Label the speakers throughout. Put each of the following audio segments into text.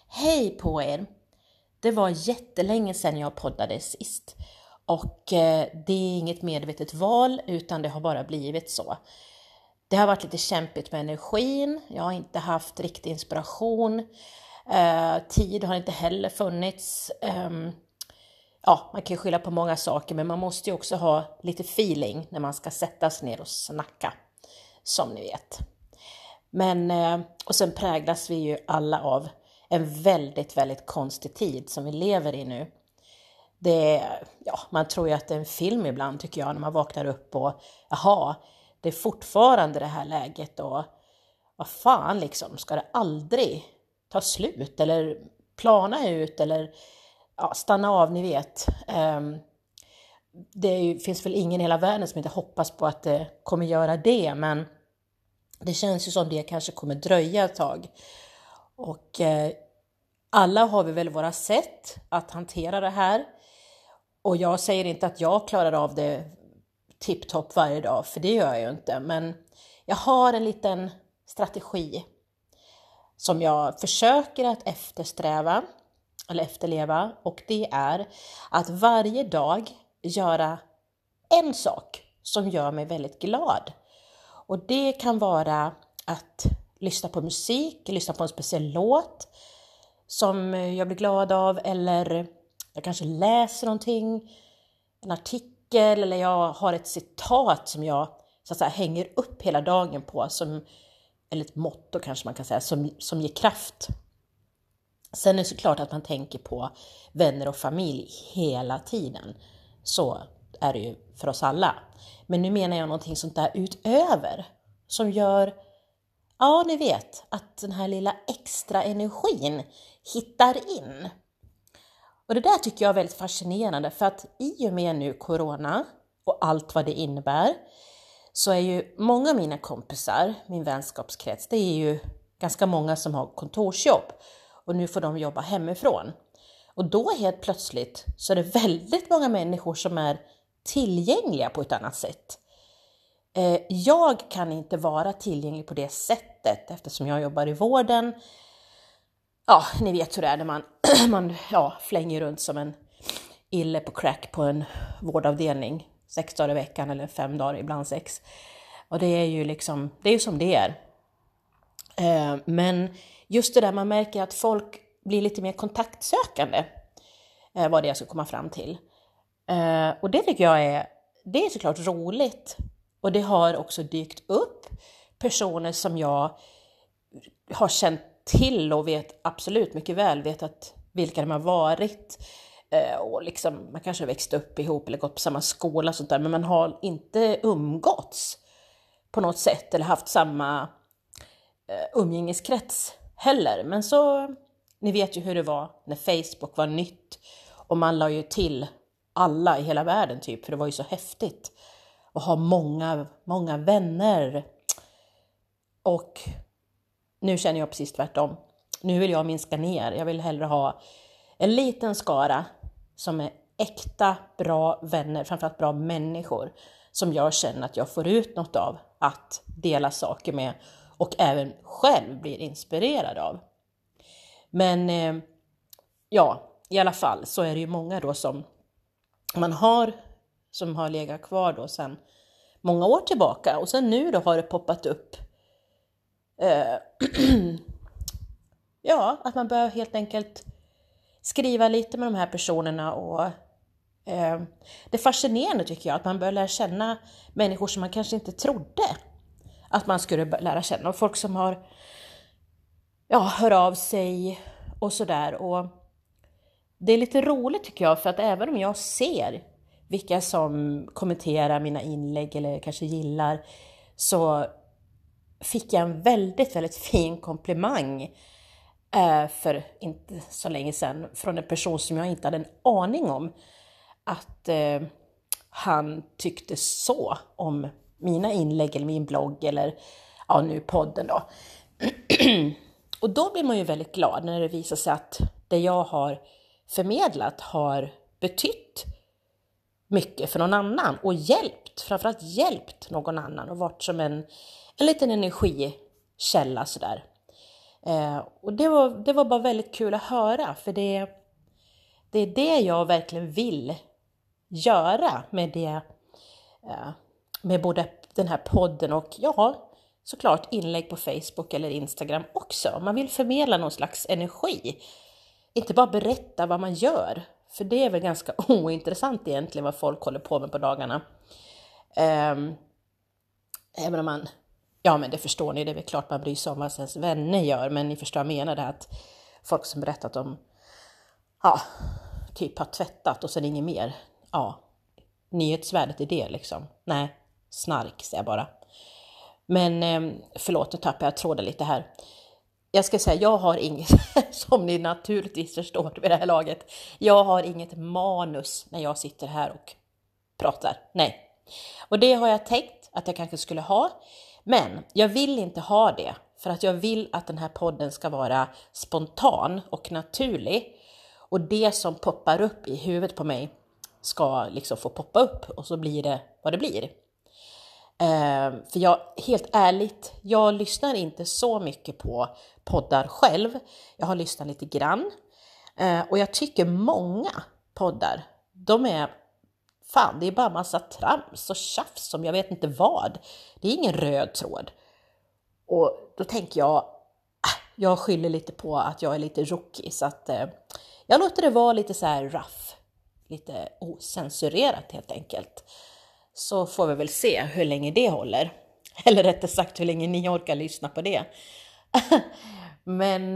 Speaker 1: Hej på er! Det var jättelänge sedan jag poddade sist. Och det är inget medvetet val utan det har bara blivit så. Det har varit lite kämpigt med energin. Jag har inte haft riktig inspiration. Tid har inte heller funnits. Man kan skylla på många saker, men man måste ju också ha lite feeling när man ska sätta sig ner och snacka. Som ni vet. Men, och sen präglas vi ju alla av en väldigt, väldigt konstig tid som vi lever i nu. Man tror ju att det är en film ibland tycker jag när man vaknar upp och det är fortfarande det här läget och vad fan liksom, ska det aldrig ta slut eller plana ut eller stanna av, ni vet. Finns väl ingen i hela världen som inte hoppas på att det kommer göra det, men det känns ju som det kanske kommer dröja ett tag. Och alla har vi väl våra sätt att hantera det här. Och jag säger inte att jag klarar av det tipptopp varje dag, för det gör jag ju inte. Men jag har en liten strategi som jag försöker att efterleva. Och det är att varje dag göra en sak som gör mig väldigt glad. Och det kan vara att lyssna på musik, lyssna på en speciell låt som jag blir glad av. Eller jag kanske läser någonting, en artikel, eller jag har ett citat som jag så att säga hänger upp hela dagen på. Eller ett motto kanske man kan säga, som ger kraft. Sen är det såklart att man tänker på vänner och familj hela tiden. Så är det ju för oss alla. Men nu menar jag någonting sånt där utöver. Som gör, ni vet, att den här lilla extra energin hittar in. Och det där tycker jag är väldigt fascinerande. För att i och med nu corona och allt vad det innebär. Så är ju många av mina kompisar, min vänskapskrets, det är ju ganska många som har kontorsjobb. Och nu får de jobba hemifrån. Och då helt plötsligt så är det väldigt många människor som är tillgängliga på ett annat sätt. Jag kan inte vara tillgänglig på det sättet eftersom jag jobbar i vården. Ja, ni vet hur det är när man flänger runt som en ille på crack på en vårdavdelning 6 dagar i veckan eller 5 dagar, ibland 6. Och det är ju liksom, det är ju som det är. Men just det där man märker att folk blir lite mer kontaktsökande. Vad det jag ska komma fram till. Och det tycker jag det är såklart roligt. Och det har också dykt upp personer som jag har känt till och vet absolut mycket väl. Vet att vilka de har varit. Och liksom, man kanske har växt upp ihop eller gått på samma skola och sånt där. Men man har inte umgåtts på något sätt. Eller haft samma umgängeskrets heller. Men så, ni vet ju hur det var när Facebook var nytt. Och man la ju till alla i hela världen typ. För det var ju så häftigt. Och ha många, många vänner. Och nu känner jag precis tvärtom. Nu vill jag minska ner. Jag vill hellre ha en liten skara som är äkta, bra vänner. Framförallt bra människor. Som jag känner att jag får ut något av att dela saker med. Och även själv blir inspirerad av. Men i alla fall så är det ju många då som har legat kvar då sedan många år tillbaka. Och sen nu då har det poppat upp att man bör helt enkelt skriva lite med de här personerna. Och det är fascinerande tycker jag att man bör lära känna människor som man kanske inte trodde att man skulle lära känna. Och folk som har hör av sig och sådär. Och det är lite roligt tycker jag, för att även om jag ser vilka som kommenterar mina inlägg eller kanske gillar, så fick jag en väldigt, väldigt fin komplimang för inte så länge sedan från en person som jag inte hade en aning om att han tyckte så om mina inlägg eller min blogg eller nu podden då. Och då blir man ju väldigt glad när det visar sig att det jag har förmedlat har betytt mycket för någon annan och framförallt hjälpt någon annan och varit som en liten energikälla sådär. Och det var bara väldigt kul att höra, för det är det jag verkligen vill göra med det, med både den här podden och såklart inlägg på Facebook eller Instagram också. Man vill förmedla någon slags energi, inte bara berätta vad man gör, för det är väl ganska ointressant egentligen vad folk håller på med på dagarna. Även om man, men det förstår ni, det är väl klart man bryr sig om vad ens vänner gör, men ni förstår vad jag menar, det att folk som berättat om, typ har tvättat och sen inget mer. Nyhetsvärdet i det liksom. Nej, snark säger jag bara. Men förlåt, nu tappar jag tråden lite här. Jag ska säga, jag har inget, som ni naturligtvis förstår vid det här laget, jag har inget manus när jag sitter här och pratar. Nej. Och det har jag tänkt att jag kanske skulle ha. Men jag vill inte ha det. För att jag vill att den här podden ska vara spontan och naturlig. Och det som poppar upp i huvudet på mig ska liksom få poppa upp. Och så blir det vad det blir. För jag, helt ärligt, jag lyssnar inte så mycket på poddar själv. Jag har lyssnat lite grann. Och jag tycker många poddar, de är, det är bara massa trams och tjafs som jag vet inte vad. Det är ingen röd tråd. Och då tänker jag skyller lite på att jag är lite rookie. Så att jag låter det vara lite så här rough. Lite osensurerat helt enkelt. Så får vi väl se hur länge det håller. Eller rättare sagt hur länge ni orkar lyssna på det. Men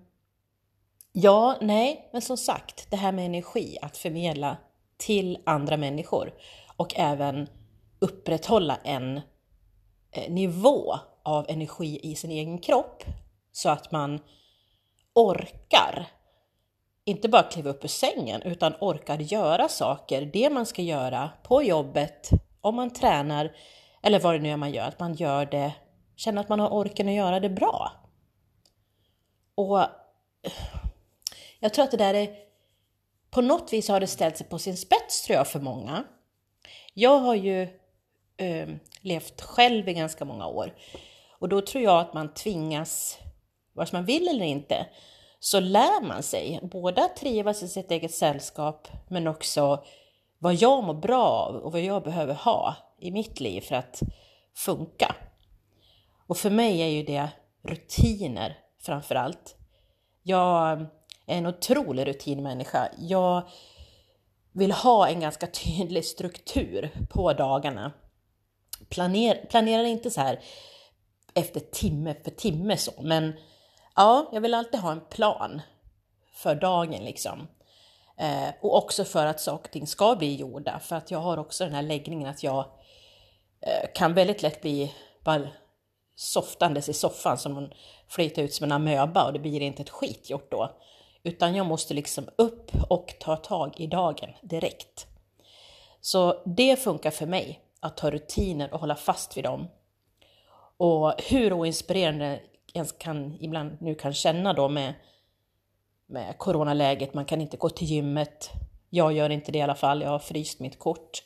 Speaker 1: men som sagt, det här med energi, att förmedla till andra människor. Och även upprätthålla en nivå av energi i sin egen kropp. Så att man orkar, inte bara kliva upp ur sängen, utan orkar göra saker, det man ska göra på jobbet, om man tränar eller vad det nu är man gör, att man gör det, känner att man har orken att göra det bra. Och jag tror att det där är, på något vis har det ställt sig på sin spets, tror jag, för många. Jag har ju levt själv i ganska många år, och då tror jag att man tvingas, vare sig man vill eller inte, så lär man sig både att trivas i sitt eget sällskap, men också vad jag mår bra av och vad jag behöver ha i mitt liv för att funka. Och för mig är ju det rutiner framförallt. Jag är en otrolig rutinmänniska. Jag vill ha en ganska tydlig struktur på dagarna. Planerar inte så här efter timme för timme så, men jag vill alltid ha en plan för dagen liksom. Och också för att saker och ting ska bli gjorda. För att jag har också den här läggningen att jag kan väldigt lätt bli bara softandes i soffan som man flyter ut som en amöba, och det blir inte ett skit gjort då. Utan jag måste liksom upp och ta tag i dagen direkt. Så det funkar för mig, att ta rutiner och hålla fast vid dem. Och hur oinspirerande ens ibland nu kan känna då med coronaläget. Man kan inte gå till gymmet. Jag gör inte det i alla fall. Jag har fryst mitt kort.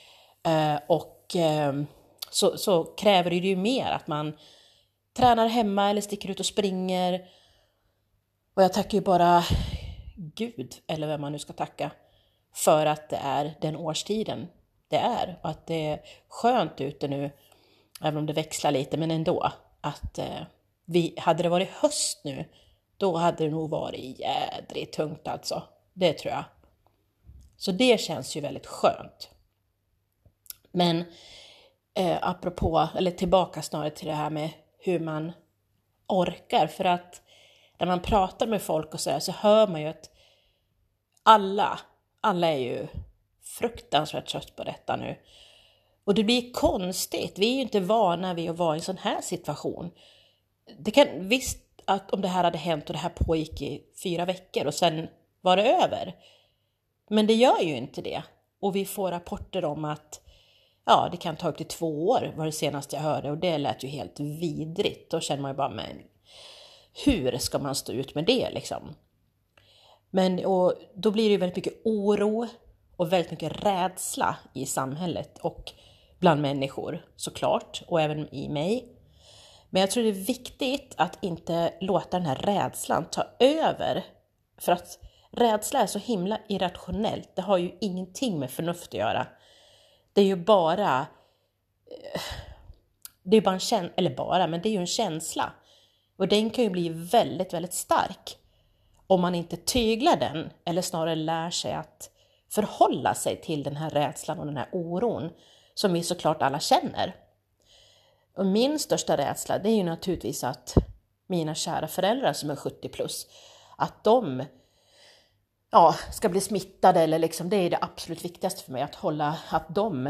Speaker 1: Så kräver det ju mer att man tränar hemma eller sticker ut och springer. Och jag tackar ju bara Gud, eller vem man nu ska tacka, för att det är den årstiden det är. Och att det är skönt ute nu, även om det växlar lite, men ändå. Att hade det varit höst nu, då hade det nog varit jädrigt tungt alltså. Det tror jag. Så det känns ju väldigt skönt. Men apropå, eller tillbaka snarare till det här med hur man orkar. För att när man pratar med folk och så hör man ju att alla är ju fruktansvärt trött på detta nu. Och det blir konstigt. Vi är ju inte vana vid att vara i en sån här situation. Det kan visst att om det här hade hänt och det här pågick i 4 veckor och sen var det över. Men det gör ju inte det. Och vi får rapporter om att det kan ta upp till 2 år, var det senaste jag hörde. Och det lät ju helt vidrigt. Då känner man ju bara, men hur ska man stå ut med det liksom? Och då blir det ju väldigt mycket oro och väldigt mycket rädsla i samhället och bland människor såklart. Och även i mig. Men jag tror det är viktigt att inte låta den här rädslan ta över. För att rädsla är så himla irrationellt. Det har ju ingenting med förnuft att göra. Det är ju bara, det är bara men det är ju en känsla. Och den kan ju bli väldigt, väldigt stark. Om man inte tyglar den, eller snarare lär sig att förhålla sig till den här rädslan och den här oron som vi såklart alla känner. Och min största rädsla, det är ju naturligtvis att mina kära föräldrar som är 70 plus, att de ska bli smittade, eller liksom, det är det absolut viktigaste för mig, att hålla, att de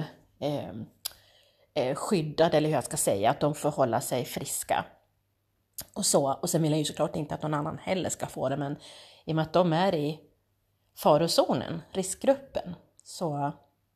Speaker 1: är skyddade, eller hur jag ska säga, att de får hålla sig friska. Och sen vill jag ju såklart inte att någon annan heller ska få det, men i och med att de är i farozonen, riskgruppen, så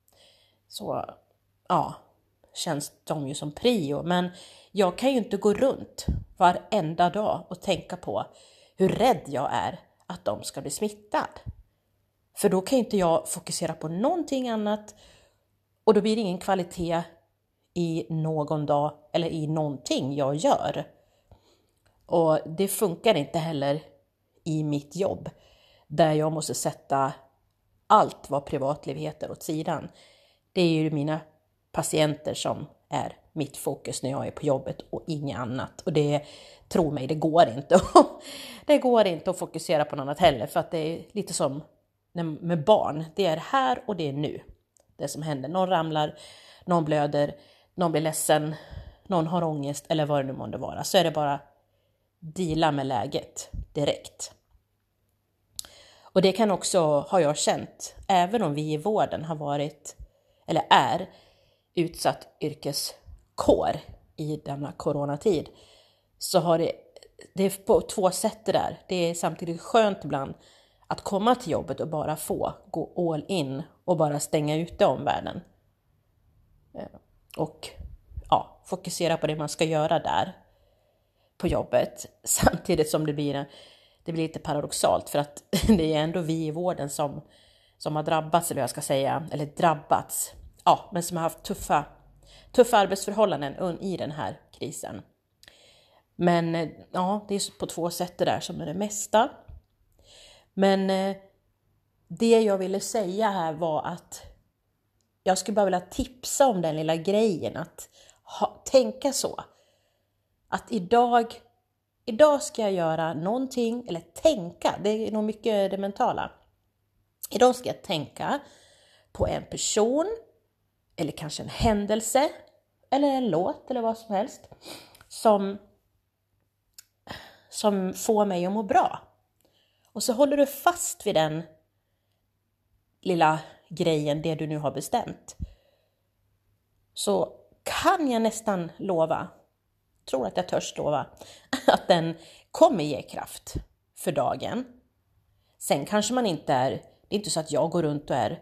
Speaker 1: känns de ju som prio. Men jag kan ju inte gå runt varenda dag och tänka på hur rädd jag är att de ska bli smittad. För då kan inte jag fokusera på någonting annat, och då blir det ingen kvalitet i någon dag eller i någonting jag gör. Och det funkar inte heller i mitt jobb, där jag måste sätta allt vad privatliv heter åt sidan. Det är ju mina patienter som är mitt fokus när jag är på jobbet och inget annat. Och det, tro mig, det går inte. Det går inte att fokusera på något annat heller, för att det är lite som med barn. Det är här och det är nu. Det som händer. Någon ramlar, någon blöder, någon blir ledsen, någon har ångest eller vad det nu måste vara. Så är det bara deala med läget direkt. Och det kan också, har jag känt, även om vi i vården har varit eller är utsatt yrkeskår i denna coronatid, så har det är på två sätt det där. Det är samtidigt skönt ibland att komma till jobbet och bara få gå all in och bara stänga ute omvärlden. Och fokusera på det man ska göra där på jobbet, samtidigt som det blir lite paradoxalt, för att det är ändå vi i vården som har drabbats, eller jag ska säga, eller drabbats, men som har haft tuffa arbetsförhållanden i den här krisen. Men det är på två sätt det där som är det mesta. Men det jag ville säga här var att jag skulle bara vilja tipsa om den lilla grejen, att tänka så. Att idag ska jag göra någonting, eller tänka, det är nog mycket det mentala. Idag ska jag tänka på en person, eller kanske en händelse, eller en låt, eller vad som helst, som får mig att må bra. Och så håller du fast vid den lilla grejen, det du nu har bestämt. Så kan jag nästan lova, tror att jag törs lova, att den kommer ge kraft för dagen. Sen kanske man inte är, det är inte så att jag går runt och är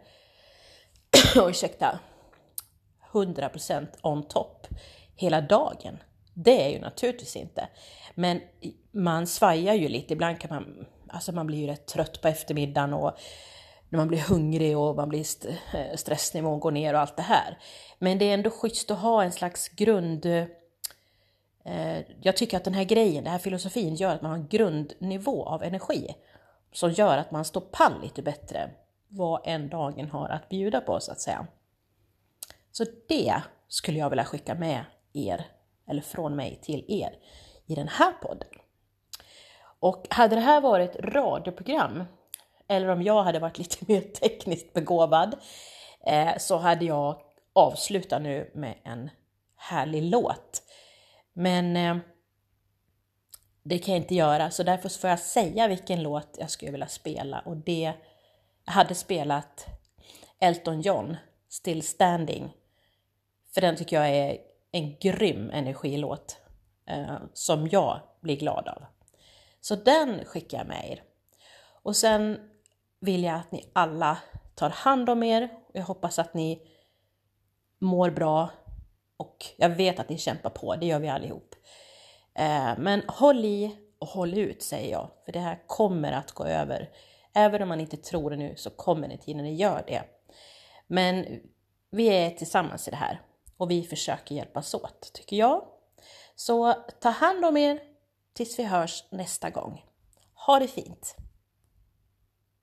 Speaker 1: 100% on top hela dagen. Det är ju naturligtvis inte. Men man svajar ju lite. Ibland kan man blir ju rätt trött på eftermiddagen, och när man blir hungrig och man blir stressnivån går ner och allt det här. Men det är ändå schysst att ha en slags grund. Jag tycker att den här filosofin gör att man har en grundnivå av energi som gör att man står pall lite bättre vad en dagen har att bjuda på, så att säga. Så det skulle jag vilja skicka med er, eller från mig till er, i den här podden. Och hade det här varit ett radioprogram, eller om jag hade varit lite mer tekniskt begåvad, så hade jag avslutat nu med en härlig låt. Men det kan jag inte göra, så därför får jag säga vilken låt jag skulle vilja spela. Och jag hade spelat Elton John, Still Standing. För den tycker jag är en grym energilåt som jag blir glad av. Så den skickar jag med er. Och sen vill jag att ni alla tar hand om er. Jag hoppas att ni mår bra. Och jag vet att ni kämpar på, det gör vi allihop. Men håll i och håll ut, säger jag. För det här kommer att gå över. Även om man inte tror det nu, så kommer det tid när ni gör det. Men vi är tillsammans i det här. Och vi försöker hjälpas åt, tycker jag. Så ta hand om er tills vi hörs nästa gång. Ha det fint!